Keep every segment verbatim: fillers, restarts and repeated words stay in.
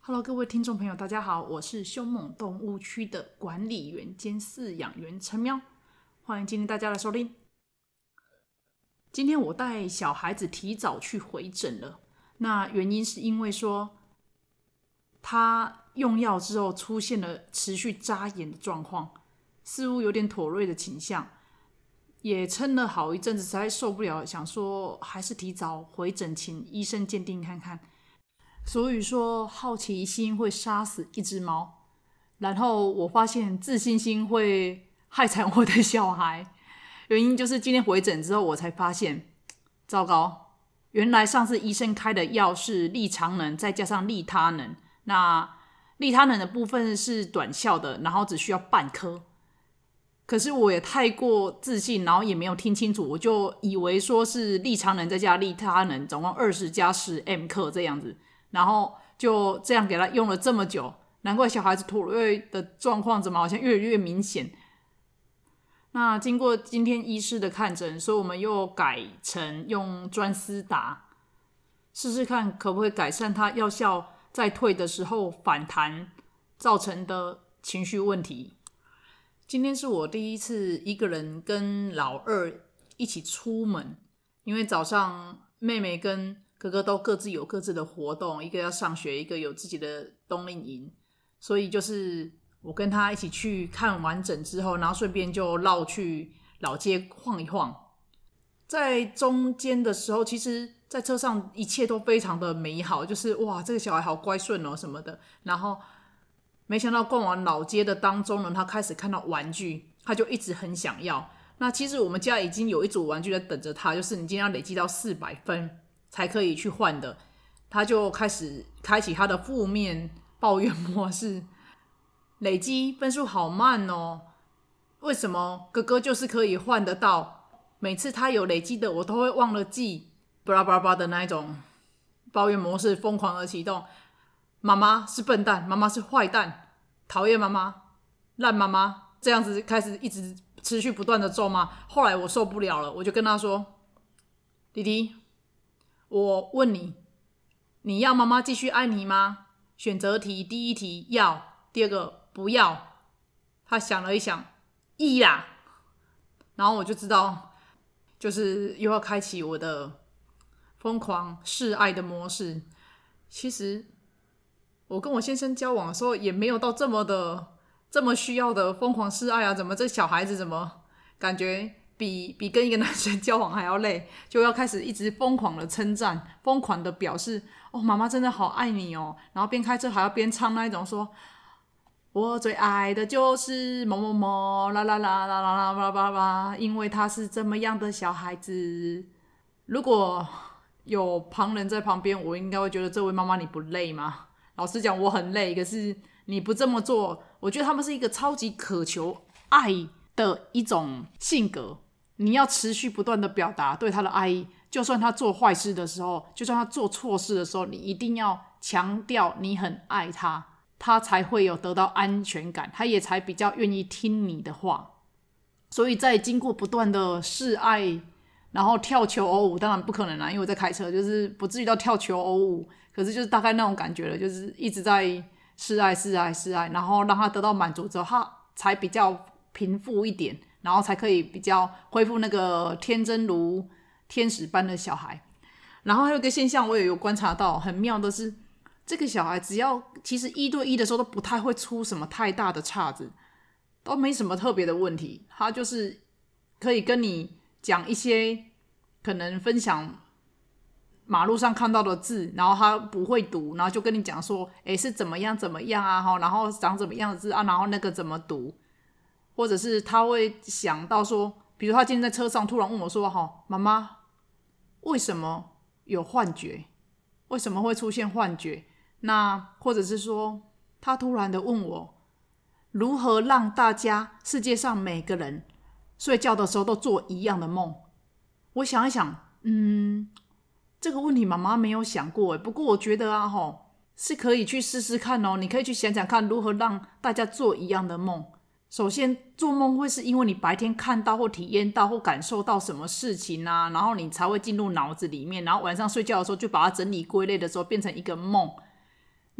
Hello， 各位听众朋友，大家好，我是凶猛动物区的管理员兼饲养员陈喵，欢迎今天大家来收听。今天我带小孩子提早去回诊了，那原因是因为说他用药之后出现了持续扎眼的状况，似乎有点妥瑞的倾向，也撑了好一阵子，实在受不了，想说还是提早回诊请医生鉴定看看。所以说好奇心会杀死一只猫，然后我发现自信心会害惨我的小孩。原因就是今天回诊之后我才发现，糟糕，原来上次医生开的药是利肠能再加上利他能，那利他能的部分是短效的，然后只需要半颗。可是我也太过自信，然后也没有听清楚，我就以为说是利肠能再加利他能总共二十加十 M 克这样子，然后就这样给他用了这么久，难怪小孩子妥瑞的状况怎么好像越来越明显。那经过今天医师的看诊，所以我们又改成用专思达，试试看可不可以改善他药效在退的时候反弹造成的情绪问题。今天是我第一次一个人跟老二一起出门，因为早上妹妹跟哥哥都各自有各自的活动，一个要上学，一个有自己的冬令营，所以就是我跟他一起去看完诊之后，然后顺便就绕去老街晃一晃。在中间的时候，其实在车上一切都非常的美好，就是哇，这个小孩好乖顺哦什么的。然后没想到逛完老街的当中呢，他开始看到玩具，他就一直很想要。那其实我们家已经有一组玩具在等着他，就是你今天要累积到四百分才可以去换的，他就开始开启他的负面抱怨模式，累积分数好慢哦，为什么哥哥就是可以换得到，每次他有累积的我都会忘了记，巴拉巴拉巴拉的那一种抱怨模式疯狂的启动。妈妈是笨蛋，妈妈是坏蛋，讨厌妈妈，烂妈妈，这样子开始一直持续不断的咒骂。后来我受不了了，我就跟他说，弟弟，我问你，你要妈妈继续爱你吗？选择题第一题要，第二个不要。他想了一想，一啦，然后我就知道，就是又要开启我的疯狂示爱的模式。其实我跟我先生交往的时候，也没有到这么的这么需要的疯狂示爱啊！怎么这小孩子怎么感觉比比跟一个男生交往还要累，就要开始一直疯狂的称赞，疯狂的表示哦，妈妈真的好爱你哦，然后边开车还要边唱那一种说，我最爱的就是某某某啦啦啦啦啦啦啦啦，因为他是这么样的小孩子。如果有旁人在旁边，我应该会觉得这位妈妈你不累吗？老实讲我很累，可是你不这么做，我觉得他们是一个超级渴求爱的一种性格，你要持续不断的表达对他的爱意，就算他做坏事的时候，就算他做错事的时候，你一定要强调你很爱他，他才会有得到安全感，他也才比较愿意听你的话。所以在经过不断的示爱，然后跳求偶舞，当然不可能啦，因为我在开车，就是不至于到跳求偶舞，可是就是大概那种感觉了，就是一直在示爱示爱示爱，然后让他得到满足之后，他才比较平复一点，然后才可以比较恢复那个天真如天使般的小孩。然后还有一个现象我也有观察到，很妙的是，这个小孩只要其实一对一的时候都不太会出什么太大的岔子，都没什么特别的问题，他就是可以跟你讲一些可能分享马路上看到的字，然后他不会读，然后就跟你讲说诶是怎么样怎么样啊，然后长怎么样的字啊，然后那个怎么读，或者是他会想到说，比如他今天在车上突然问我说，妈妈为什么有幻觉，为什么会出现幻觉，那或者是说他突然的问我如何让大家世界上每个人睡觉的时候都做一样的梦。我想一想，嗯，这个问题妈妈没有想过，不过我觉得啊吼，是可以去试试看哦，你可以去想想看如何让大家做一样的梦。首先做梦会是因为你白天看到或体验到或感受到什么事情啊，然后你才会进入脑子里面，然后晚上睡觉的时候就把它整理归类的时候变成一个梦。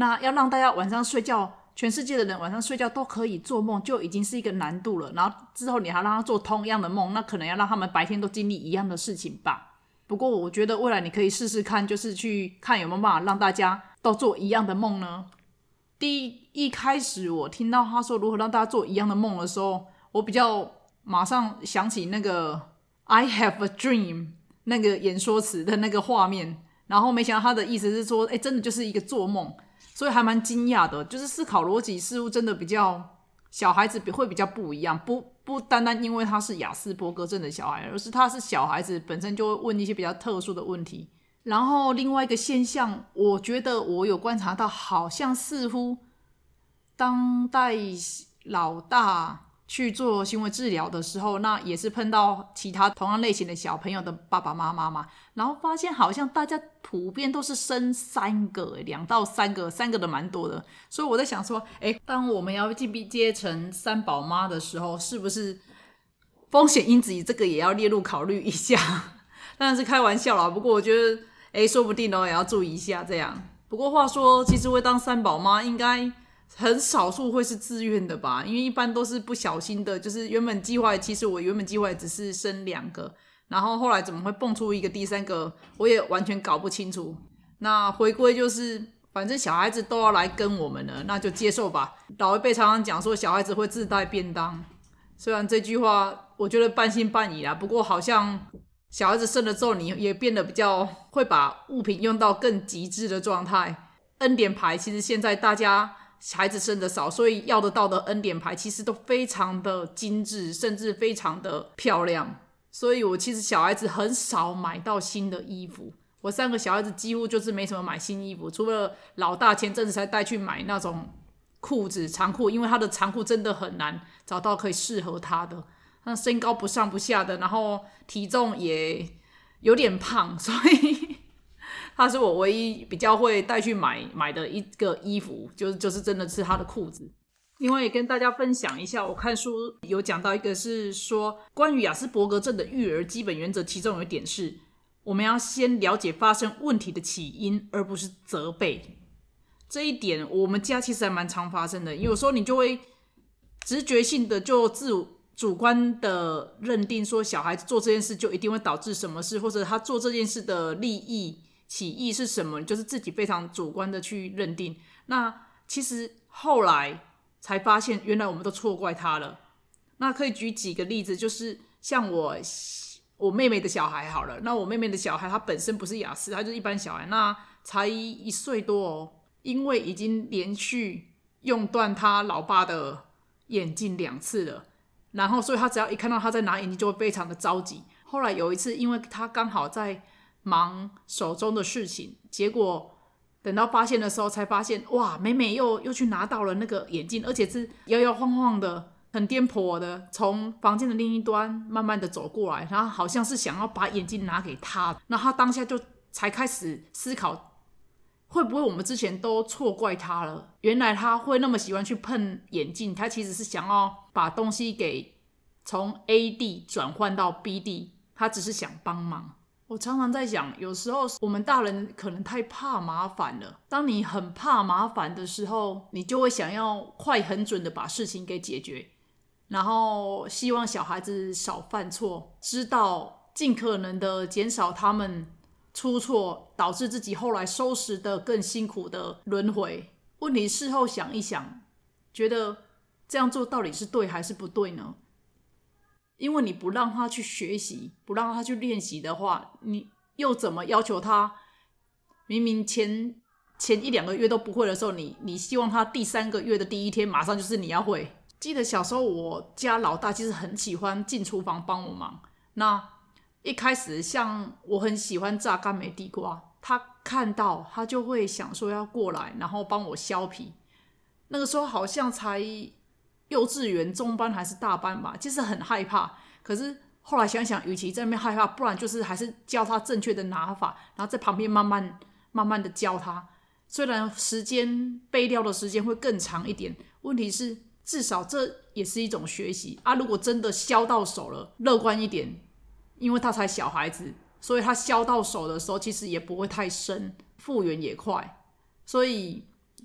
那要让大家晚上睡觉，全世界的人晚上睡觉都可以做梦，就已经是一个难度了，然后之后你还让他做同样的梦，那可能要让他们白天都经历一样的事情吧。不过我觉得未来你可以试试看，就是去看有没有办法让大家都做一样的梦呢。第一一开始我听到他说如何让大家做一样的梦的时候，我比较马上想起那个 I have a dream 那个演说词的那个画面，然后没想到他的意思是说诶真的就是一个做梦，所以还蛮惊讶的，就是思考逻辑似乎真的比较小孩子会比较不一样，不不单单因为他是亚斯伯格症的小孩，而是他是小孩子本身就会问一些比较特殊的问题。然后另外一个现象，我觉得我有观察到，好像似乎当带老大去做行为治疗的时候，那也是碰到其他同样类型的小朋友的爸爸妈妈嘛，然后发现好像大家普遍都是生三个，两到三个，三个的蛮多的。所以我在想说，诶，当我们要进阶成三宝妈的时候，是不是风险因子这个也要列入考虑一下？当然是开玩笑啦，不过我觉得，诶，说不定哦也要注意一下这样。不过话说，其实会当三宝妈应该很少数会是自愿的吧，因为一般都是不小心的，就是原本计划，其实我原本计划只是生两个，然后后来怎么会蹦出一个第三个，我也完全搞不清楚。那回归就是反正小孩子都要来跟我们了，那就接受吧。老一辈常常讲说小孩子会自带便当，虽然这句话我觉得半信半疑啦，不过好像小孩子生了之后你也变得比较会把物品用到更极致的状态。恩典牌其实现在大家孩子生的少，所以要得到的恩典牌其实都非常的精致，甚至非常的漂亮。所以我其实小孩子很少买到新的衣服，我三个小孩子几乎就是没什么买新衣服，除了老大前阵子才带去买那种裤子长裤，因为他的长裤真的很难找到可以适合他的，他身高不上不下的，然后体重也有点胖，所以他是我唯一比较会带去买买的一个衣服，就是就是真的是他的裤子。因为跟大家分享一下，我看书有讲到一个是说关于亚斯伯格症的育儿基本原则，其中有一点是我们要先了解发生问题的起因，而不是责备。这一点我们家其实还蛮常发生的，有时候你就会直觉性的就自主观的认定说小孩子做这件事就一定会导致什么事，或者他做这件事的利益起意是什么，就是自己非常主观的去认定。那其实后来才发现原来我们都错怪他了。那可以举几个例子，就是像我我妹妹的小孩好了，那我妹妹的小孩他本身不是亚斯，他就是一般小孩，那才一岁多哦，因为已经连续用断他老爸的眼镜两次了，然后所以他只要一看到他在拿眼镜就会非常的着急。后来有一次因为他刚好在忙手中的事情，结果等到发现的时候才发现，哇，美美又又去拿到了那个眼镜，而且是摇摇晃晃的，很颠簸的从房间的另一端慢慢的走过来，然后好像是想要把眼镜拿给他。那他当下就才开始思考，会不会我们之前都错怪他了，原来他会那么喜欢去碰眼镜，他其实是想要把东西给从 A 地转换到 B 地，他只是想帮忙。我常常在想，有时候我们大人可能太怕麻烦了，当你很怕麻烦的时候，你就会想要快很准的把事情给解决，然后希望小孩子少犯错，知道尽可能的减少他们出错，导致自己后来收拾的更辛苦的轮回。问题事后想一想，觉得这样做到底是对还是不对呢？因为你不让他去学习，不让他去练习的话，你又怎么要求他明明前前一两个月都不会的时候，你你希望他第三个月的第一天马上就是你要会。记得小时候我家老大其实很喜欢进厨房帮我忙，那一开始像我很喜欢炸甘梅地瓜，他看到他就会想说要过来然后帮我削皮。那个时候好像才幼稚园中班还是大班吧，其实很害怕，可是后来想想，与其在那边害怕，不然就是还是教他正确的拿法，然后在旁边慢慢慢慢的教他。虽然时间备料的时间会更长一点，问题是至少这也是一种学习啊。如果真的削到手了，乐观一点，因为他才小孩子，所以他削到手的时候其实也不会太深，复原也快，所以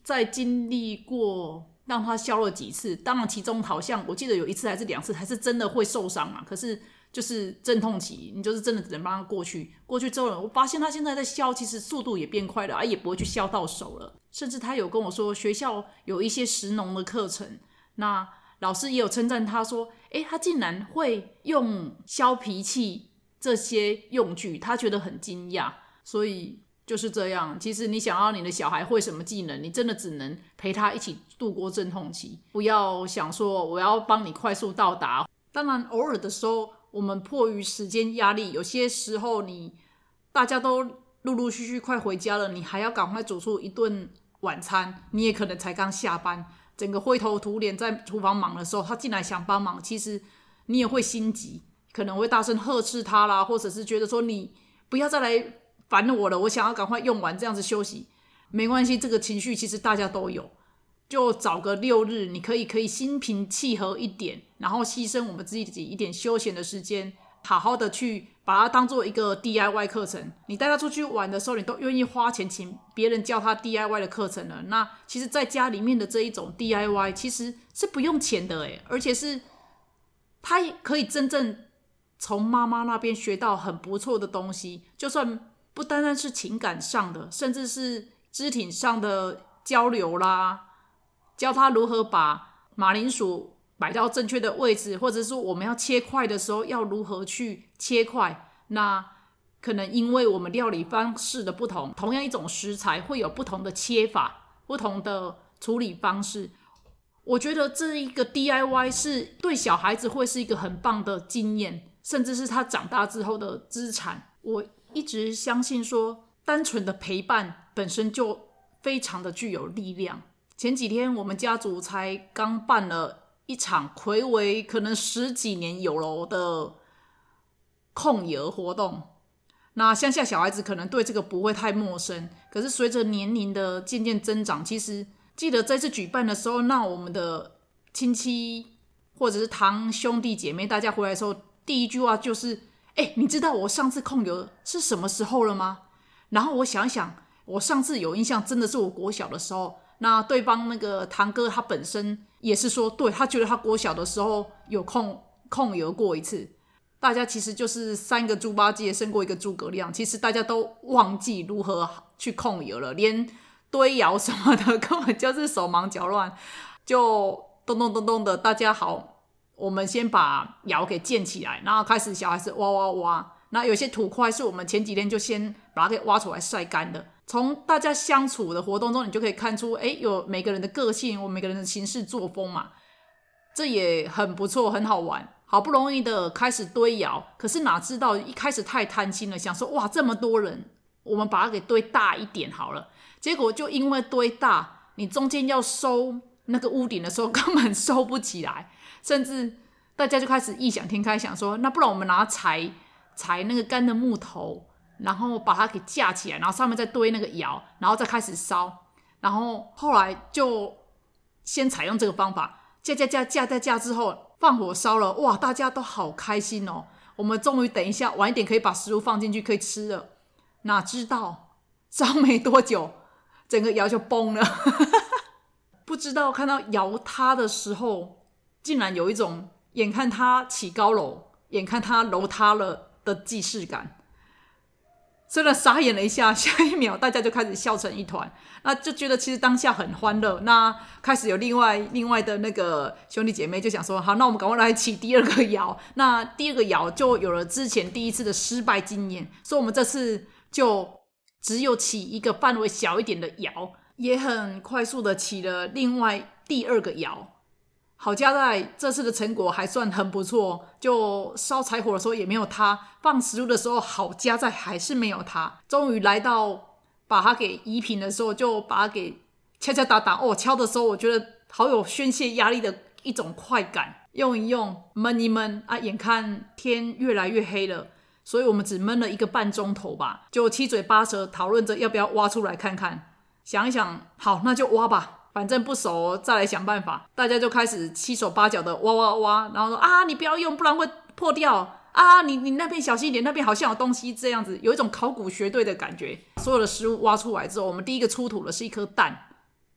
在经历过让他削了几次，当然其中好像我记得有一次还是两次还是真的会受伤嘛，可是就是阵痛期，你就是真的只能帮他过去。过去之后，我发现他现在在削，其实速度也变快了，啊，也不会去削到手了。甚至他有跟我说，学校有一些食农的课程，那老师也有称赞他说，诶，他竟然会用削皮器这些用具，他觉得很惊讶。所以就是这样，其实你想要你的小孩会什么技能，你真的只能陪他一起度过阵痛期，不要想说我要帮你快速到达。当然偶尔的时候我们迫于时间压力，有些时候你大家都陆陆续续快回家了，你还要赶快煮出一顿晚餐，你也可能才刚下班，整个灰头土脸在厨房忙的时候，他进来想帮忙，其实你也会心急，可能会大声呵斥他啦，或者是觉得说你不要再来烦我了，我想要赶快用完这样子休息。没关系，这个情绪其实大家都有，就找个六日，你可以可以心平气和一点，然后牺牲我们自己一点休闲的时间，好好的去把它当做一个 D I Y 课程。你带他出去玩的时候，你都愿意花钱请别人教他 D I Y 的课程了，那其实在家里面的这一种 D I Y 其实是不用钱的耶，而且是他可以真正从妈妈那边学到很不错的东西，就算不单单是情感上的，甚至是肢体上的交流啦，教他如何把马铃薯摆到正确的位置，或者是我们要切块的时候要如何去切块。那可能因为我们料理方式的不同，同样一种食材会有不同的切法，不同的处理方式。我觉得这一个 D I Y 是对小孩子会是一个很棒的经验，甚至是他长大之后的资产。我一直相信说，单纯的陪伴本身就非常的具有力量。前几天我们家族才刚办了一场睽违可能十几年有了的控油活动，那乡下小孩子可能对这个不会太陌生，可是随着年龄的渐渐增长，其实记得这次举办的时候，那我们的亲戚或者是堂兄弟姐妹大家回来的时候，第一句话就是欸，你知道我上次控油是什么时候了吗？然后我想一想，我上次有印象真的是我国小的时候。那对方那个堂哥他本身也是说，对，他觉得他国小的时候有控控油过一次。大家其实就是三个猪八戒胜过一个诸葛亮，其实大家都忘记如何去控油了，连堆窑什么的根本就是手忙脚乱，就咚咚咚咚的，大家好，我们先把窑给建起来，然后开始小孩子挖挖挖。那有些土块是我们前几天就先把它给挖出来晒干的。从大家相处的活动中，你就可以看出，诶，有每个人的个性，我每个人的行事作风嘛，这也很不错，很好玩。好不容易的开始堆窑，可是哪知道一开始太贪心了，想说哇这么多人，我们把它给堆大一点好了。结果就因为堆大，你中间要收那个屋顶的时候根本收不起来，甚至大家就开始异想天开，想说那不然我们拿柴柴那个干的木头，然后把它给架起来，然后上面再堆那个窑，然后再开始烧。然后后来就先采用这个方法，架架架架架架之后放火烧了，哇，大家都好开心哦！我们终于等一下晚一点可以把食物放进去可以吃了。哪知道烧没多久，整个窑就崩了。不知道看到窑塌的时候，竟然有一种眼看它起高楼，眼看它楼塌了的既视感。虽然傻眼了一下，下一秒大家就开始笑成一团，那就觉得其实当下很欢乐。那开始有另外另外的那个兄弟姐妹就想说，好，那我们赶快来起第二个窑。那第二个窑就有了之前第一次的失败经验，所以我们这次就只有起一个范围小一点的窑，也很快速的起了另外第二个窑。好家在这次的成果还算很不错，就烧柴火的时候也没有塌，放食物的时候好家在还是没有塌。终于来到把它给移平的时候，就把它给敲敲打打，哦，敲的时候我觉得好有宣泄压力的一种快感。用一用，焖一焖啊，眼看天越来越黑了，所以我们只焖了一个半钟头吧，就七嘴八舌讨论着要不要挖出来看看。想一想，好，那就挖吧。反正不熟再来想办法，大家就开始七手八脚的挖挖挖，然后说啊你不要用不然会破掉啊，你你那边小心一点，那边好像有东西，这样子有一种考古学队的感觉。所有的食物挖出来之后，我们第一个出土的是一颗蛋，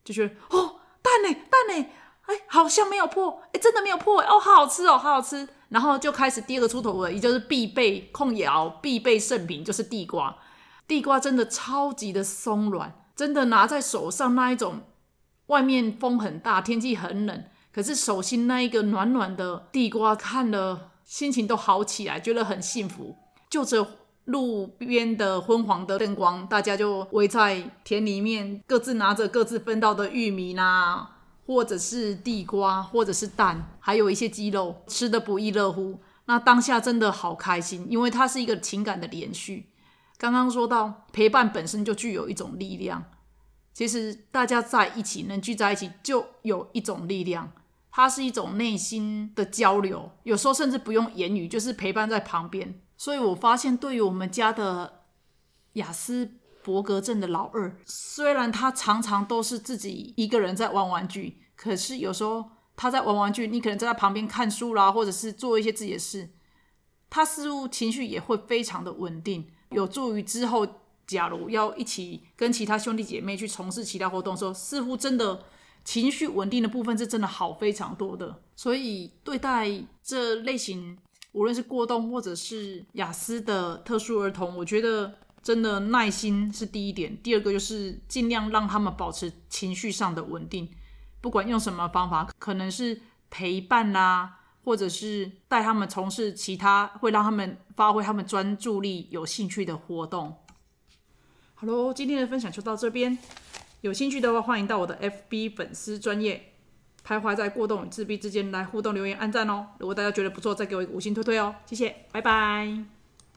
就觉得哦，蛋呢蛋呢，哎，好像没有破，哎，真的没有破，哦，好好吃哦，好好吃。然后就开始第二个出头的，也就是必备控窑必备圣品，就是地瓜。地瓜真的超级的松软，真的拿在手上那一种，外面风很大，天气很冷，可是手心那一个暖暖的地瓜，看了心情都好起来，觉得很幸福。就着路边的昏黄的灯光，大家就围在田里面，各自拿着各自分到的玉米啦，或者是地瓜，或者是蛋，还有一些鸡肉，吃得不亦乐乎。那当下真的好开心，因为它是一个情感的连续。刚刚说到陪伴本身就具有一种力量，其实大家在一起能聚在一起就有一种力量，它是一种内心的交流，有时候甚至不用言语，就是陪伴在旁边。所以我发现对于我们家的亚斯伯格症的老二，虽然他常常都是自己一个人在玩玩具，可是有时候他在玩玩具，你可能在他旁边看书啦，或者是做一些自己的事，他似乎情绪也会非常的稳定，有助于之后假如要一起跟其他兄弟姐妹去从事其他活动的时候，似乎真的情绪稳定的部分是真的好非常多的。所以对待这类型无论是过动或者是亚斯的特殊儿童，我觉得真的耐心是第一点，第二个就是尽量让他们保持情绪上的稳定，不管用什么方法，可能是陪伴啦，或者是带他们从事其他会让他们发挥他们专注力有兴趣的活动。好咯，今天的分享就到这边，有兴趣的话欢迎到我的 F B 粉丝专页徘徊在过动与自闭之间来互动留言按赞哦。如果大家觉得不错，再给我一个五星推推哦，谢谢，拜拜。